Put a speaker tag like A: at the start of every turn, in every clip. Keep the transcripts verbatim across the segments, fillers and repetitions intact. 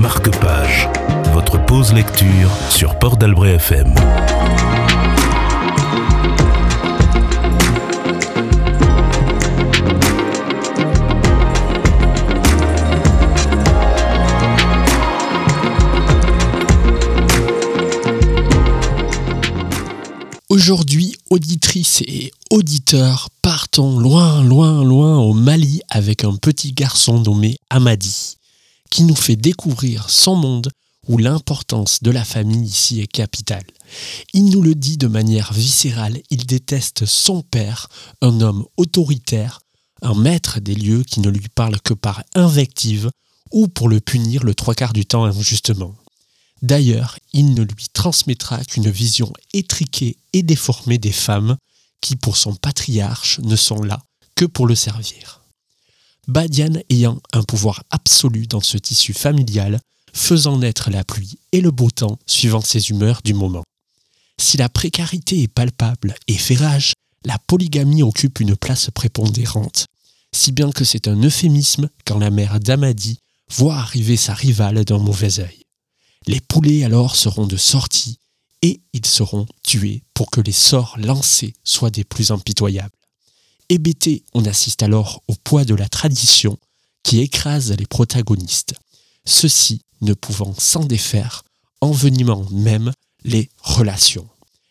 A: Marque-Page, votre pause lecture sur Port d'Albret F M.
B: Aujourd'hui, auditrices et auditeurs, partons loin, loin, loin au Mali avec un petit garçon nommé Amadi, qui nous fait découvrir son monde où l'importance de la famille ici est capitale. Il nous le dit de manière viscérale, il déteste son père, un homme autoritaire, un maître des lieux qui ne lui parle que par invective ou pour le punir le trois quarts du temps injustement. D'ailleurs, il ne lui transmettra qu'une vision étriquée et déformée des femmes qui, pour son patriarche, ne sont là que pour le servir. Badiane ayant un pouvoir absolu dans ce tissu familial, faisant naître la pluie et le beau temps suivant ses humeurs du moment. Si la précarité est palpable et fait rage, la polygamie occupe une place prépondérante, si bien que c'est un euphémisme quand la mère d'Amadi voit arriver sa rivale d'un mauvais œil. Les poulets alors seront de sortie et ils seront tués pour que les sorts lancés soient des plus impitoyables. Hébété, on assiste alors au poids de la tradition qui écrase les protagonistes, ceux-ci ne pouvant s'en défaire, envenimant même les relations.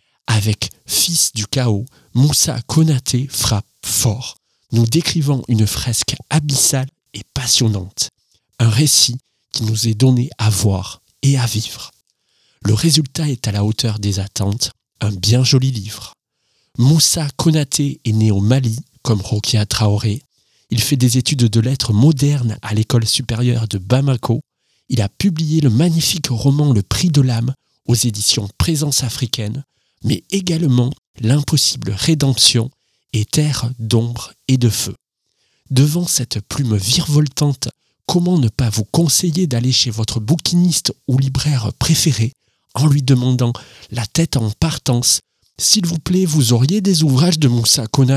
B: Avec Fils du chaos, Moussa Konaté frappe fort, nous décrivant une fresque abyssale et passionnante, un récit qui nous est donné à voir et à vivre. Le résultat est à la hauteur des attentes, un bien joli livre. Moussa Konaté est né au Mali, comme Rokia Traoré. Il fait des études de lettres modernes à l'école supérieure de Bamako. Il a publié le magnifique roman Le Prix de l'âme aux éditions Présence africaine, mais également L'impossible rédemption et Terre d'ombre et de feu. Devant cette plume virevoltante, comment ne pas vous conseiller d'aller chez votre bouquiniste ou libraire préféré en lui demandant la tête en partance « S'il vous plaît, vous auriez des ouvrages de Moussa Konaté ?»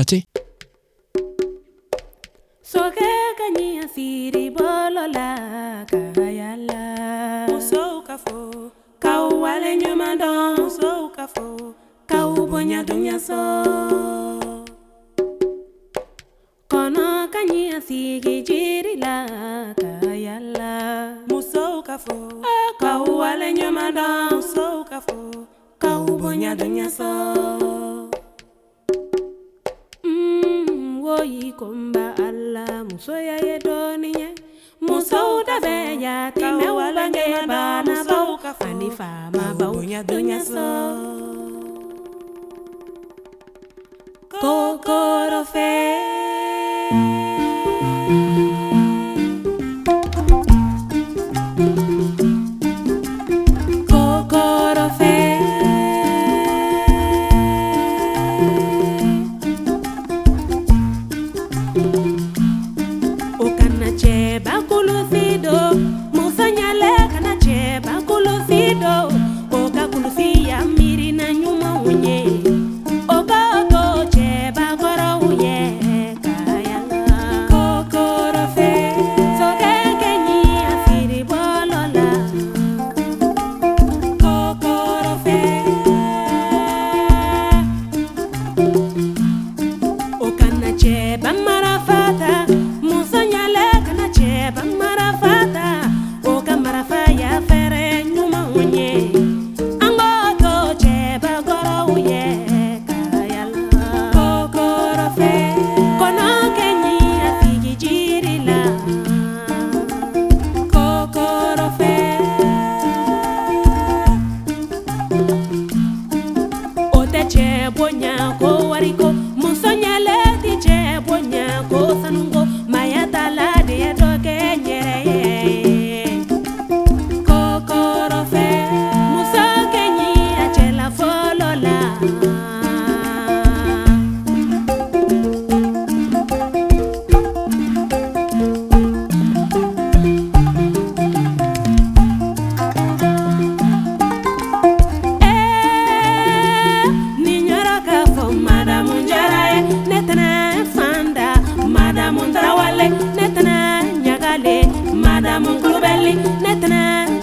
C: Kono kanya sigi jiri la kayala muso kafo kau wale nyamada muso kafo kau bonya dunya so mm woyi komba alla muso ya yedoniye muso da beya time walange ba muso kafo ani fama ba bonya dunya so kokoro fe Madame Nkulubeli, netana